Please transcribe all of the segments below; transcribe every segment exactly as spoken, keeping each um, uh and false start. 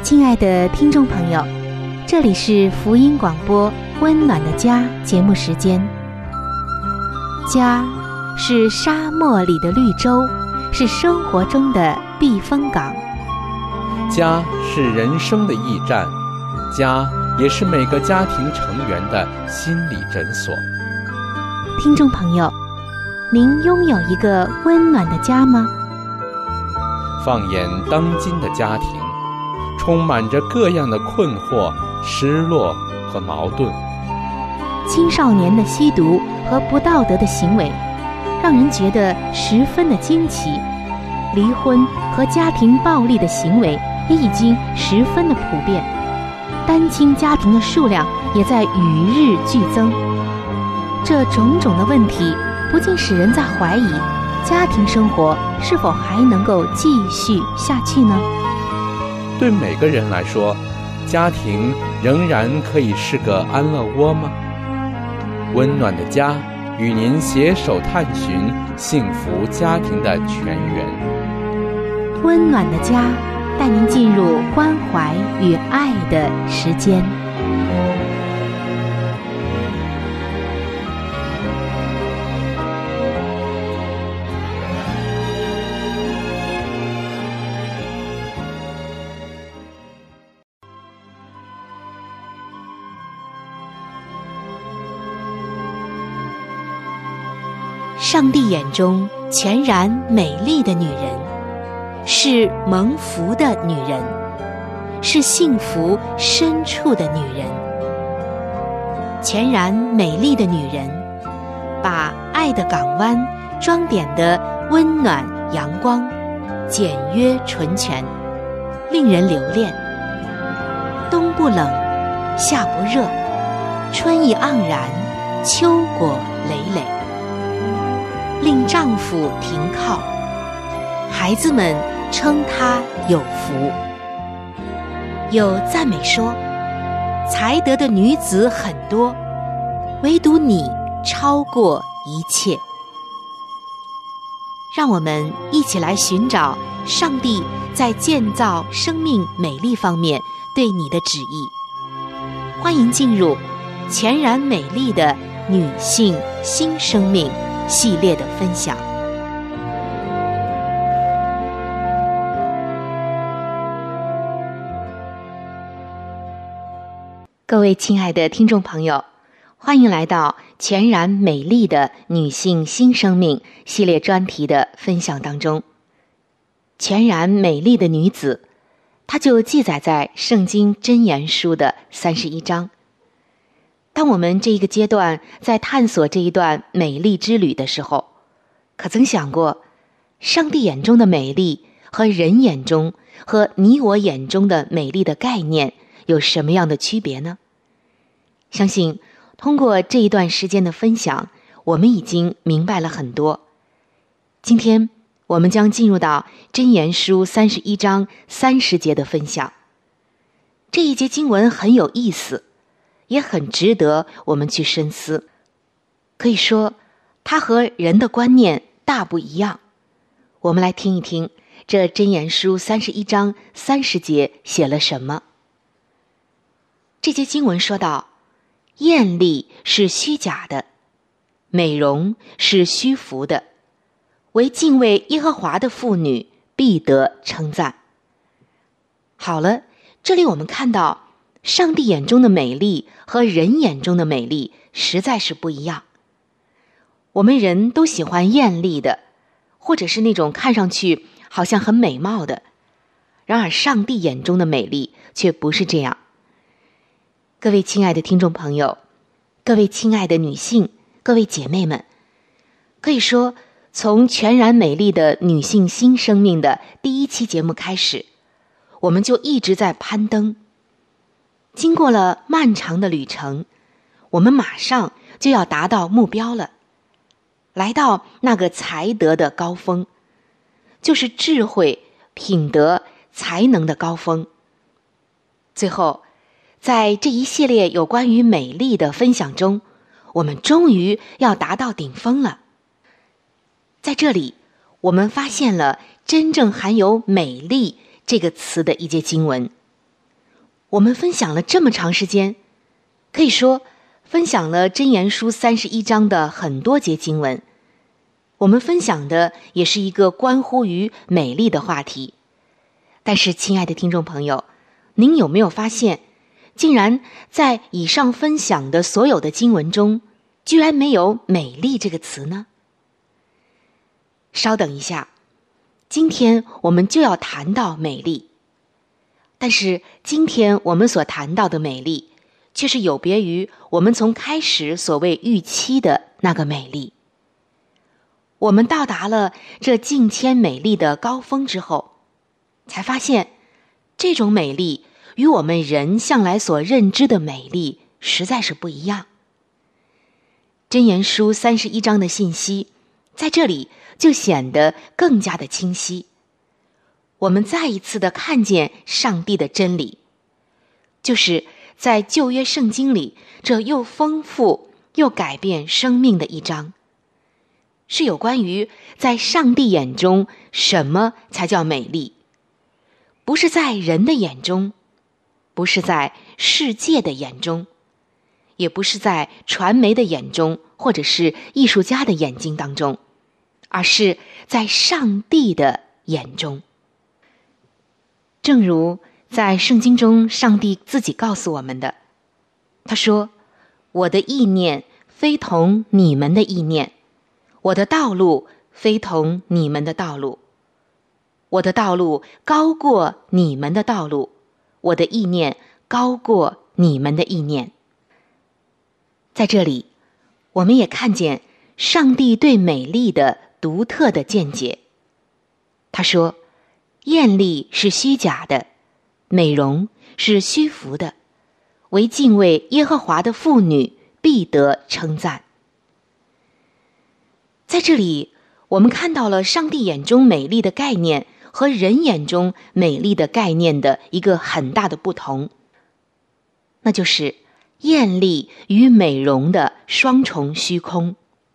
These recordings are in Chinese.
亲爱的听众朋友，这里是福音广播温暖的家节目时间。家是沙漠里的绿洲，是生活中的避风港。 家是人生的驿站，家也是每个家庭成员的心理诊所。 听众朋友，您拥有一个温暖的家吗？ 放眼当今的家庭，充满着各样的困惑、失落和矛盾。 青少年的吸毒和不道德的行为，让人觉得十分的惊奇。离婚和家庭暴力的行为也已经十分的普遍，单亲家庭的数量也在与日俱增。这种种的问题，不禁使人在怀疑，家庭生活是否还能够继续下去呢？ 对每个人来说，家庭仍然可以是个安乐窝吗？温暖的家与您携手探寻幸福家庭的泉源。 温暖的家带您进入关怀与爱的时间。上帝眼中全然美丽的女人，是蒙福的女人，是幸福深处的女人。全然美丽的女人，把爱的港湾装点得温暖阳光，简约纯全，令人留恋。冬不冷，夏不热，春意盎然，秋果累累，令丈夫停靠，孩子们称她有福。有赞美说，才德的女子很多，唯独你超过一切。让我们一起来寻找上帝在建造生命美丽方面对你的旨意。欢迎进入全然美丽的女性新生命系列的分享。各位亲爱的听众朋友，欢迎来到全然美丽的女性新生命系列专题的分享当中。全然美丽的女子，它就记载在圣经箴言书的三十一章。当我们这一个阶段在探索这一段美丽之旅的时候，可曾想过，上帝眼中的美丽和人眼中和你我眼中的美丽的概念有什么样的区别呢？相信通过这一段时间的分享，我们已经明白了很多。今天我们将进入到箴言书三十一章三十节的分享。这一节经文很有意思，也很值得我们去深思。可以说，它和人的观念大不一样。我们来听一听这箴言书三十一章三十节写了什么。这节经文说到，艳丽是虚假的，美容是虚浮的，唯敬畏耶和华的妇女必得称赞。好了，这里我们看到上帝眼中的美丽和人眼中的美丽实在是不一样。我们人都喜欢艳丽的，或者是那种看上去好像很美貌的，然而上帝眼中的美丽却不是这样。各位亲爱的听众朋友，各位亲爱的女性，各位姐妹们，可以说从全然美丽的女性新生命的第一期节目开始，我们就一直在攀登。经过了漫长的旅程，我们马上就要达到目标了，来到那个才德的高峰，就是智慧、品德、才能的高峰。最后，在这一系列有关于美丽的分享中，我们终于要达到顶峰了。在这里，我们发现了真正含有美丽这个词的一节经文， 我们分享了这么长时间，可以说分享了箴言书三十一章的很多节经文。我们分享的也是一个关乎于美丽的话题。但是亲爱的听众朋友，您有没有发现，竟然在以上分享的所有的经文中，居然没有美丽这个词呢？稍等一下，今天我们就要谈到美丽。但是今天我们所谈到的美丽，却是有别于我们从开始所谓预期的那个美丽。我们到达了这近千美丽的高峰之后，才发现这种美丽与我们人向来所认知的美丽实在是不一样。箴言书三十一章的信息在这里就显得更加的清晰。我们再一次的看见上帝的真理，就是在旧约圣经里这又丰富又改变生命的一章，是有关于在上帝眼中什么才叫美丽，不是在人的眼中，不是在世界的眼中，也不是在传媒的眼中，或者是艺术家的眼睛当中，而是在上帝的眼中。正如在圣经中上帝自己告诉我们的，他说，我的意念非同你们的意念，我的道路非同你们的道路，我的道路高过你们的道路，我的意念高过你们的意念。在这里，我们也看见上帝对美丽的独特的见解。他说，艳丽是虚假的，美容是虚浮的，唯敬畏耶和华的妇女必得称赞。在这里，我们看到了上帝眼中美丽的概念和人眼中美丽的概念的一个很大的不同，那就是艳丽与美容的双重虚空。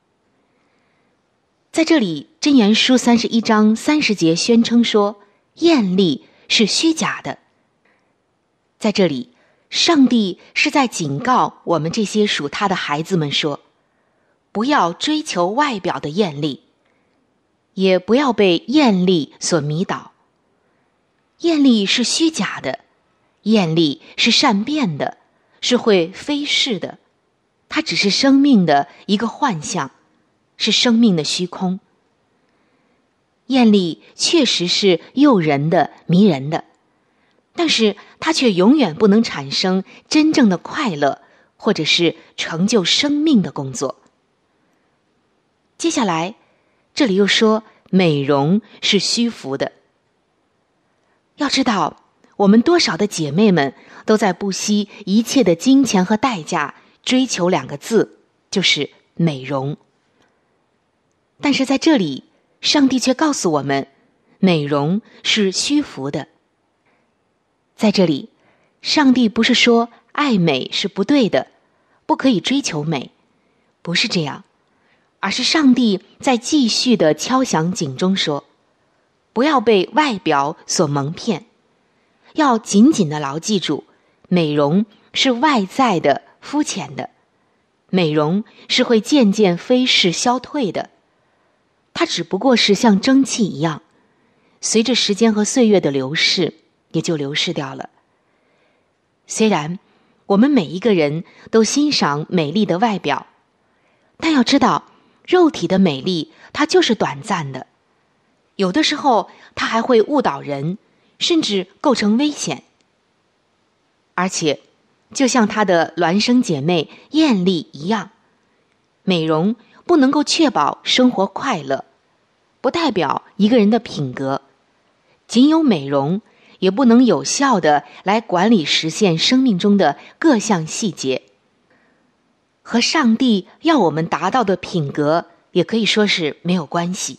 在这里，箴言书三十一章三十节宣称说，艳丽是虚假的。在这里，上帝是在警告我们这些属他的孩子们说，不要追求外表的艳丽，也不要被艳丽所迷倒。艳丽是虚假的，艳丽是善变的，是会飞逝的，它只是生命的一个幻象，是生命的虚空。艳丽确实是诱人的、迷人的，但是它却永远不能产生真正的快乐，或者是成就生命的工作。接下来，这里又说美容是虚浮的。要知道，我们多少的姐妹们都在不惜一切的金钱和代价追求两个字，就是美容。但是在这里，上帝却告诉我们，美容是虚浮的。在这里，上帝不是说爱美是不对的，不可以追求美，不是这样，而是上帝在继续的敲响警钟说，不要被外表所蒙骗，要紧紧的牢记住，美容是外在的、肤浅的，美容是会渐渐飞逝消退的，它只不过是像蒸汽一样，随着时间和岁月的流逝，也就流逝掉了。虽然我们每一个人都欣赏美丽的外表，但要知道，肉体的美丽它就是短暂的，有的时候它还会误导人，甚至构成危险。而且就像她的孪生姐妹艳丽一样，美容不能够确保生活快乐，不代表一个人的品格，仅有美容也不能有效地来管理实现生命中的各项细节，和上帝要我们达到的品格也可以说是没有关系。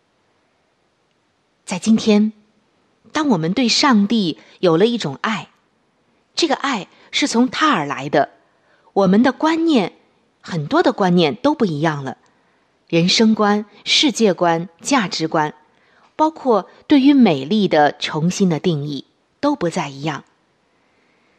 在今天，当我们对上帝有了一种爱，这个爱是从他而来的，我们的观念，很多的观念都不一样了，人生观、世界观、价值观，包括对于美丽的重新的定义，都不再一样。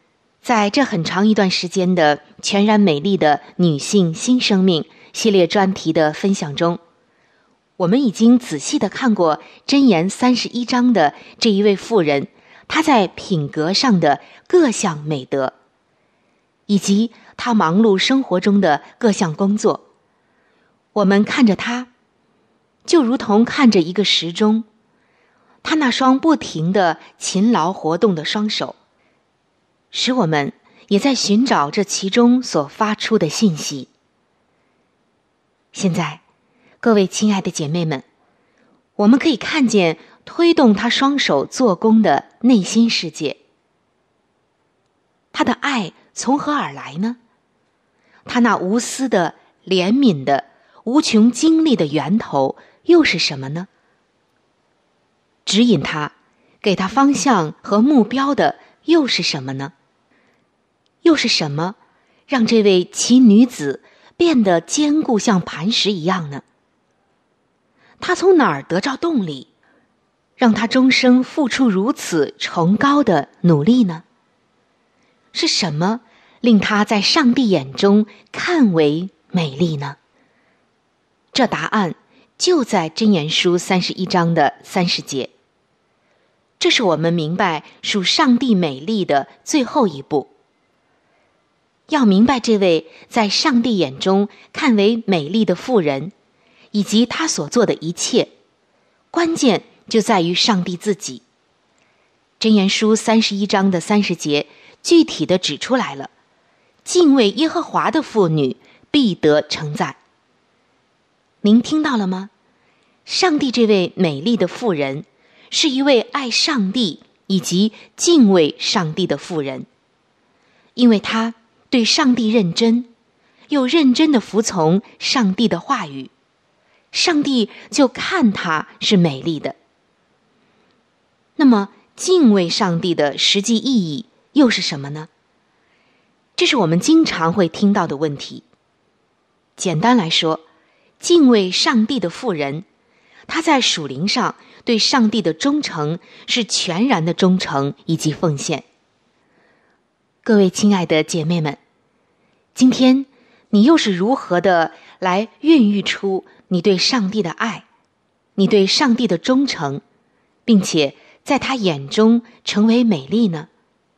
在这很长一段时间的全然美丽的女性新生命系列专题的分享中，我们已经仔细地看过箴言三十一章的这一位妇人，她在品格上的各项美德，以及她忙碌生活中的各项工作。我们看着她，就如同看着一个时钟，她那双不停地勤劳活动的双手，使我们也在寻找这其中所发出的信息。现在，各位亲爱的姐妹们，我们可以看见推动她双手做工的内心世界。她的爱从何而来呢？她那无私的、怜悯的、无穷精力的源头又是什么呢？指引她、给她方向和目标的又是什么呢？又是什么让这位奇女子变得坚固像磐石一样呢？她从哪儿得着动力，让她终生付出如此崇高的努力呢？是什么令她在上帝眼中看为美丽呢？这答案就在箴言书三十一章的三十节。这是我们明白属上帝美丽的最后一步。要明白这位在上帝眼中看为美丽的妇人，以及她所做的一切，关键就在于上帝自己。箴言书三十一章的三十节具体地指出来了，敬畏耶和华的妇女必得称赞。您听到了吗？上帝这位美丽的妇人是一位爱上帝以及敬畏上帝的妇人，因为她对上帝认真，又认真地服从上帝的话语，上帝就看她是美丽的。那么敬畏上帝的实际意义又是什么呢？这是我们经常会听到的问题。简单来说，敬畏上帝的妇人，她在属灵上对上帝的忠诚是全然的忠诚以及奉献。各位亲爱的姐妹们，今天你又是如何的来孕育出你对上帝的爱，你对上帝的忠诚，并且在他眼中成为美丽呢？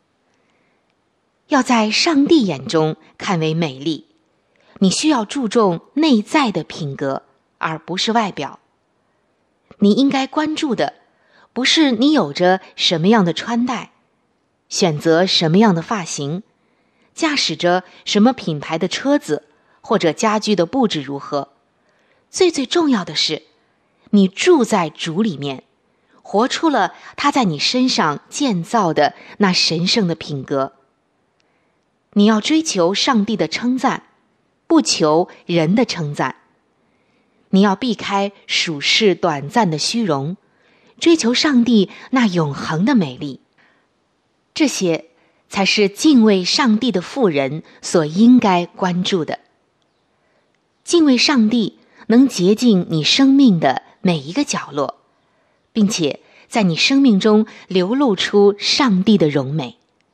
要在上帝眼中看为美丽，你需要注重内在的品格，而不是外表。你应该关注的不是你有着什么样的穿戴，选择什么样的发型，驾驶着什么品牌的车子，或者家居的布置如何。最最重要的是，你住在主里面，活出了他在你身上建造的那神圣的品格。你要追求上帝的称赞，不求人的称赞。你要避开属世短暂的虚荣，追求上帝那永恒的美丽。这些才是敬畏上帝的妇人所应该关注的。敬畏上帝能洁净你生命的每一个角落，并且在你生命中流露出上帝的荣美。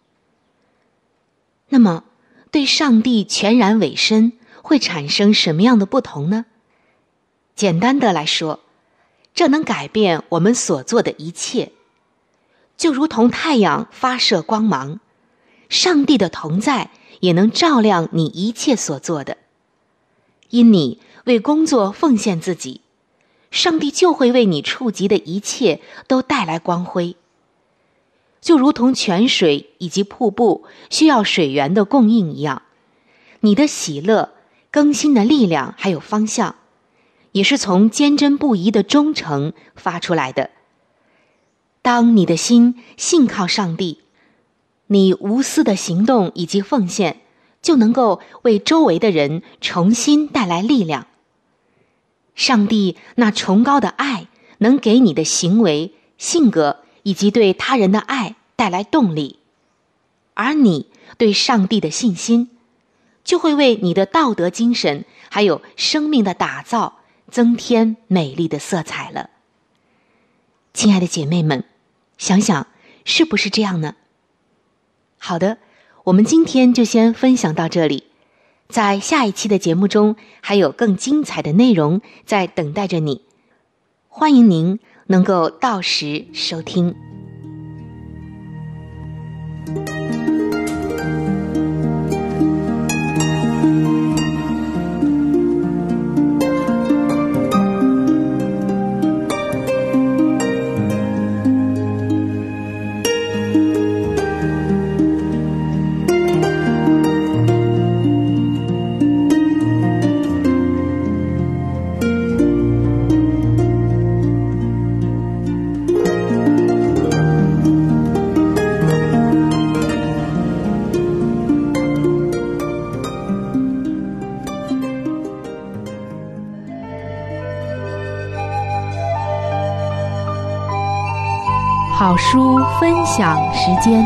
那么，对上帝全然委身会产生什么样的不同呢？简单的来说，这能改变我们所做的一切。就如同太阳发射光芒，上帝的同在也能照亮你一切所做的。因你为工作奉献自己，上帝就会为你触及的一切都带来光辉。就如同泉水以及瀑布需要水源的供应一样，你的喜乐、更新的力量还有方向，也是从坚贞不移的忠诚发出来的。当你的心信靠上帝，你无私的行动以及奉献，就能够为周围的人重新带来力量。上帝那崇高的爱能给你的行为、性格以及对他人的爱带来动力，而你对上帝的信心就会为你的道德精神还有生命的打造增添美丽的色彩了。亲爱的姐妹们，想想是不是这样呢？好的， 我们今天就先分享到这里，在下一期的节目中还有更精彩的内容在等待着你，欢迎您能够到时收听。 好书分享时间。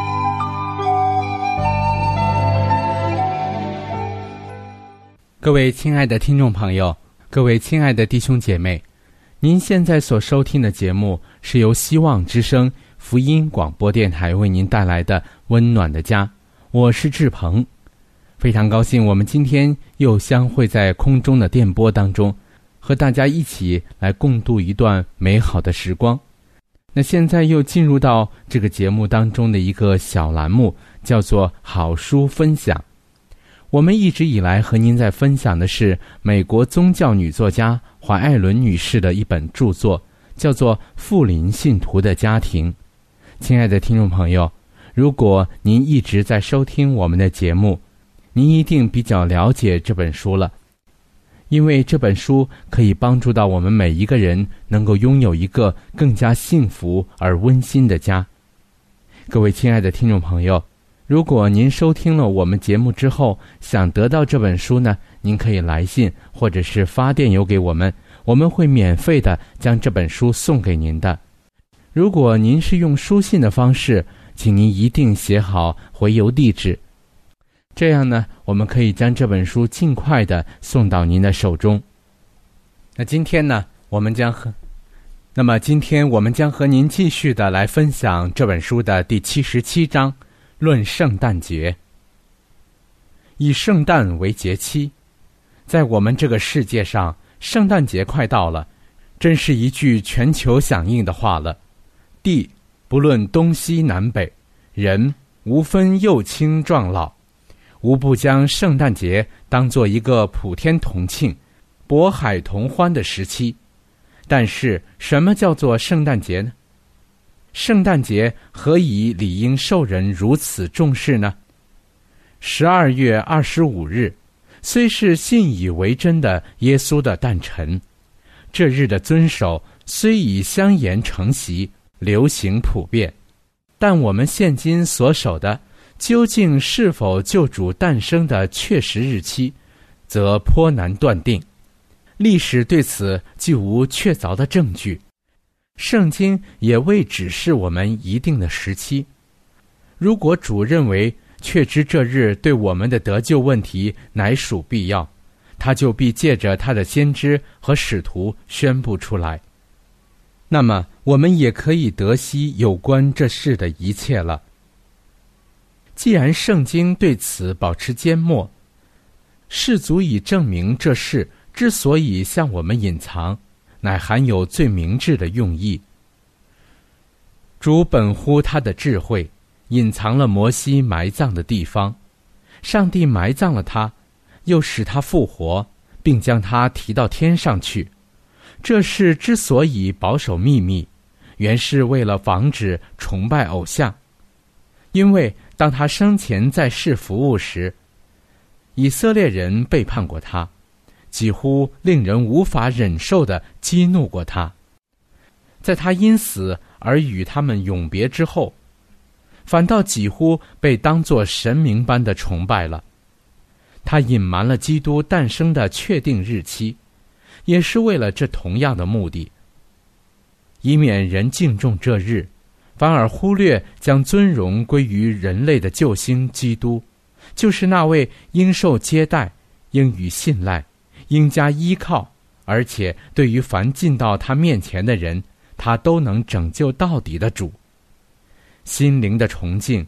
各位亲爱的听众朋友，各位亲爱的弟兄姐妹，您现在所收听的节目是由希望之声福音广播电台为您带来的温暖的家，我是志鹏。非常高兴我们今天又相会在空中的电波当中，和大家一起来共度一段美好的时光。那现在又进入到这个节目当中的一个小栏目，叫做好书分享。我们一直以来和您在分享的是美国宗教女作家怀艾伦女士的一本著作，叫做《富林信徒的家庭》。亲爱的听众朋友，如果您一直在收听我们的节目，您一定比较了解这本书了，因为这本书可以帮助到我们每一个人能够拥有一个更加幸福而温馨的家。各位亲爱的听众朋友，如果您收听了我们节目之后想得到这本书呢，您可以来信或者是发电邮给我们，我们会免费的将这本书送给您的。如果您是用书信的方式，请您一定写好回邮地址，这样呢，我们可以将这本书尽快的送到您的手中。那今天呢，我们将和那么今天我们将和您继续的来分享这本书的第七十七章，论圣诞节。以圣诞为节期，在我们这个世界上，圣诞节快到了，真是一句全球响应的话了。地不论东西南北，人无分幼轻壮老，无不将圣诞节当作一个普天同庆、渤海同欢的时期。但是什么叫做圣诞节呢？圣诞节何以理应受人如此重视呢？十二月二十五日虽是信以为真的耶稣的诞辰，这日的遵守虽已相沿成习，流行普遍，但我们现今所守的究竟是否救主诞生的确实日期，则颇难断定。历史对此既无确凿的证据，圣经也未指示我们一定的时期。如果主认为确知这日对我们的得救问题乃属必要，他就必借着他的先知和使徒宣布出来，那么我们也可以得悉有关这事的一切了。既然圣经对此保持缄默，是足以证明这事之所以向我们隐藏，乃含有最明智的用意。主本乎他的智慧，隐藏了摩西埋葬的地方，上帝埋葬了他，又使他复活，并将他提到天上去。这事之所以保守秘密，原是为了防止崇拜偶像。因为当他生前在世服务时，以色列人背叛过他，几乎令人无法忍受地激怒过他。在他因死而与他们永别之后，反倒几乎被当作神明般的崇拜了。他隐瞒了基督诞生的确定日期，也是为了这同样的目的，以免人敬重这日，反而忽略将尊荣归于人类的救星基督，就是那位应受接待、应予信赖、应加依靠，而且对于凡进到他面前的人，他都能拯救到底的主。心灵的崇敬，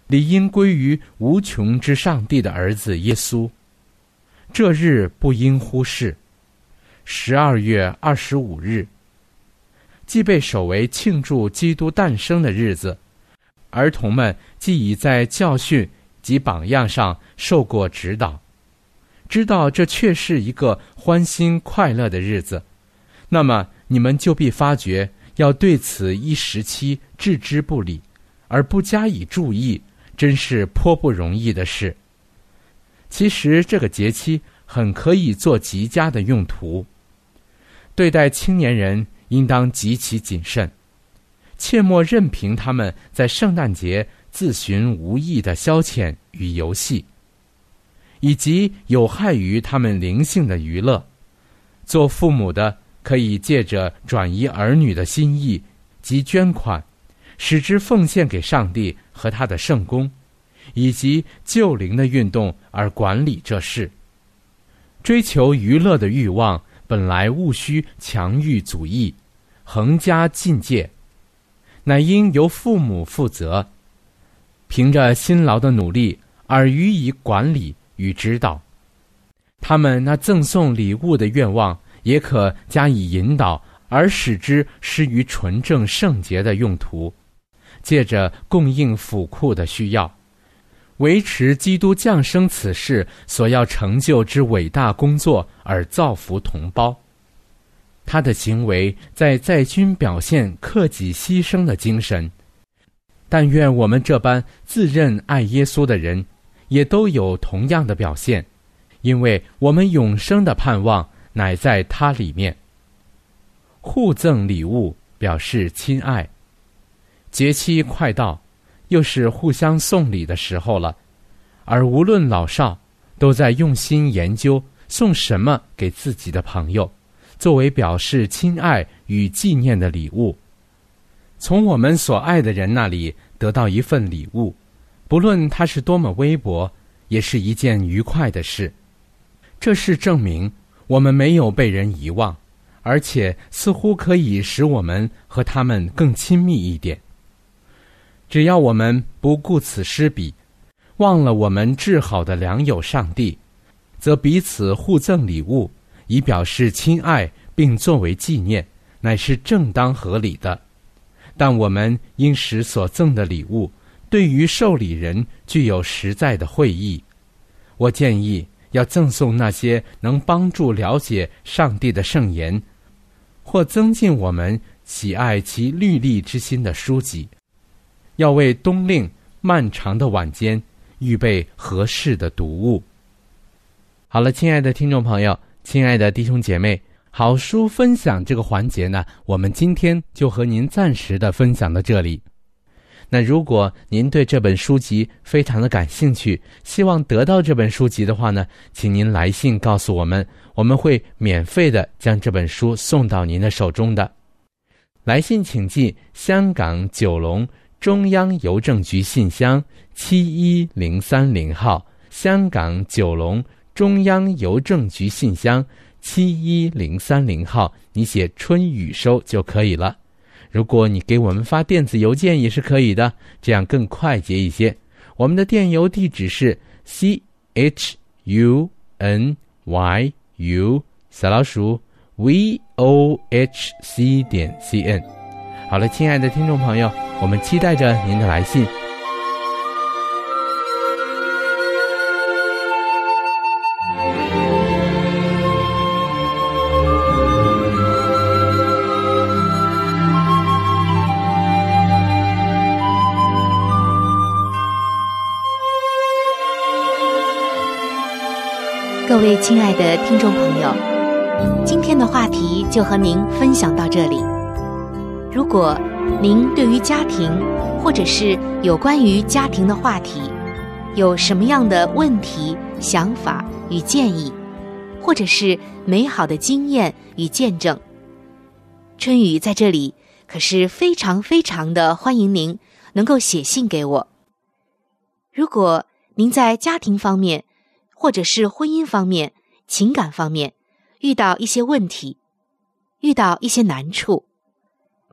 理应归于无穷之上帝的儿子耶稣。这日不应忽视。十二月二十五日，既被守为庆祝基督诞生的日子，儿童们既已在教训及榜样上受过指导，知道这确是一个欢欣快乐的日子，那么你们就必发觉要对此一时期置之不理，而不加以注意，真是颇不容易的事。其实这个节期很可以做极佳的用途。对待青年人应当极其谨慎，切莫任凭他们在圣诞节自寻无益的消遣与游戏，以及有害于他们灵性的娱乐。做父母的可以借着转移儿女的心意及捐款，使之奉献给上帝和他的圣工，以及救灵的运动而管理这事。追求娱乐的欲望本来务须强欲阻抑，横加禁戒，乃应由父母负责，凭着辛劳的努力而予以管理与指导。他们那赠送礼物的愿望也可加以引导，而使之施于纯正圣洁的用途，借着供应府库的需要，维持基督降生此事所要成就之伟大工作而造福同胞。他的行为在在军表现克己牺牲的精神，但愿我们这般自认爱耶稣的人也都有同样的表现，因为我们永生的盼望乃在他里面。互赠礼物表示亲爱，节期快到，又是互相送礼的时候了，而无论老少都在用心研究送什么给自己的朋友，作为表示亲爱与纪念的礼物。从我们所爱的人那里得到一份礼物，不论它是多么微薄，也是一件愉快的事。这是证明我们没有被人遗忘，而且似乎可以使我们和他们更亲密一点。只要我们不顾此失彼，忘了我们至好的良友上帝，则彼此互赠礼物，以表示亲爱，并作为纪念，乃是正当合理的。但我们应使所赠的礼物对于受礼人具有实在的惠益。我建议要赠送那些能帮助了解上帝的圣言，或增进我们喜爱其律例之心的书籍。要为冬令漫长的晚间预备合适的读物。好了，亲爱的听众朋友，亲爱的弟兄姐妹，好书分享这个环节呢，我们今天就和您暂时的分享到这里。那如果您对这本书籍非常的感兴趣，希望得到这本书籍的话呢，请您来信告诉我们，我们会免费的将这本书送到您的手中的。来信请寄香港九龙中央邮政局信箱七一零三零号，香港九龙中央邮政局信箱七一零三零号，你写春雨收就可以了。如果你给我们发电子邮件也是可以的，这样更快捷一些。我们的电邮地址是 c h u n y u 小老鼠 v o h c 点 c n。 好了，亲爱的听众朋友，我们期待着您的来信。 各位亲爱的听众朋友，今天的话题就和您分享到这里。如果您对于家庭或者是有关于家庭的话题有什么样的问题、想法与建议，或者是美好的经验与见证，春雨在这里可是非常非常的欢迎您能够写信给我。如果您在家庭方面或者是婚姻方面、情感方面遇到一些问题，遇到一些难处，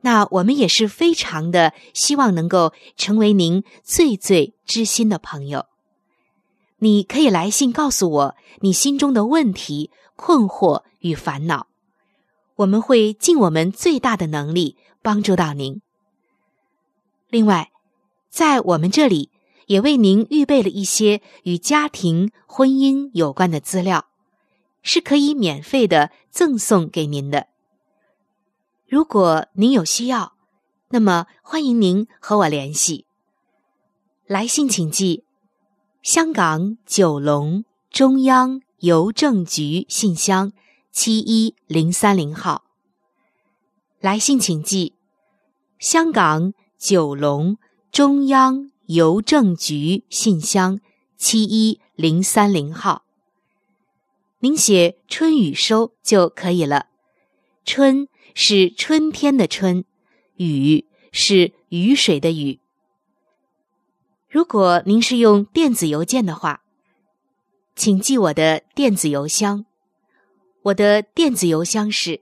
那我们也是非常的希望能够成为您最最知心的朋友。你可以来信告诉我你心中的问题、困惑与烦恼，我们会尽我们最大的能力帮助到您。另外，在我们这里也为您预备了一些与家庭、婚姻有关的资料，是可以免费的赠送给您的。如果您有需要，那么欢迎您和我联系。来信请寄香港九龙中央邮政局信箱七一零三零号。来信请寄香港九龙中央邮政局信箱七一零三零号。您写春雨收就可以了。春是春天的春，雨是雨水的雨。如果您是用电子邮件的话，请记我的电子邮箱。我的电子邮箱是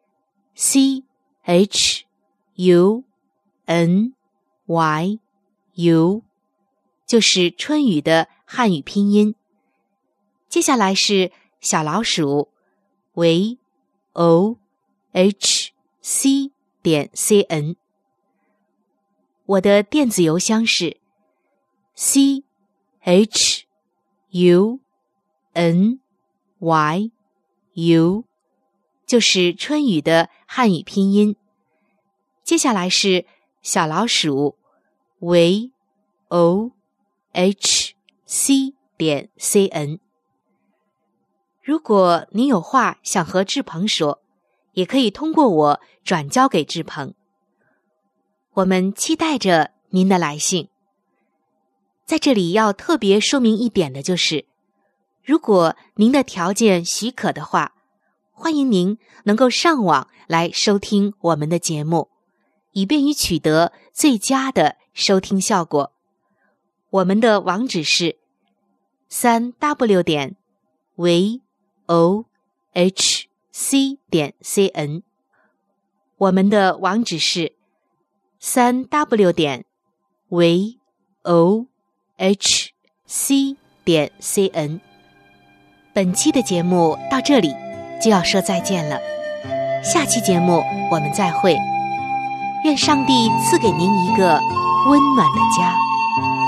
c h u n y u， 就是春雨的汉语拼音。接下来是小老鼠 v o h c 点 c n。 我的电子邮箱是 c h u n y u， 就是春雨的汉语拼音。接下来是小老鼠 v o h c 点 c n。 如果您有话想和志鹏说，也可以通过我转交给志鹏。我们期待着您的来信。在这里要特别说明一点的就是，如果您的条件许可的话，欢迎您能够上网来收听我们的节目，以便于取得最佳的收听效果。我们的网址是 三 w 点 v o h c 点 c n。 我们的网址是 三 w 点 v o h c 点 c n。 本期的节目到这里就要说再见了，下期节目我们再会。愿上帝赐给您一个温暖的家。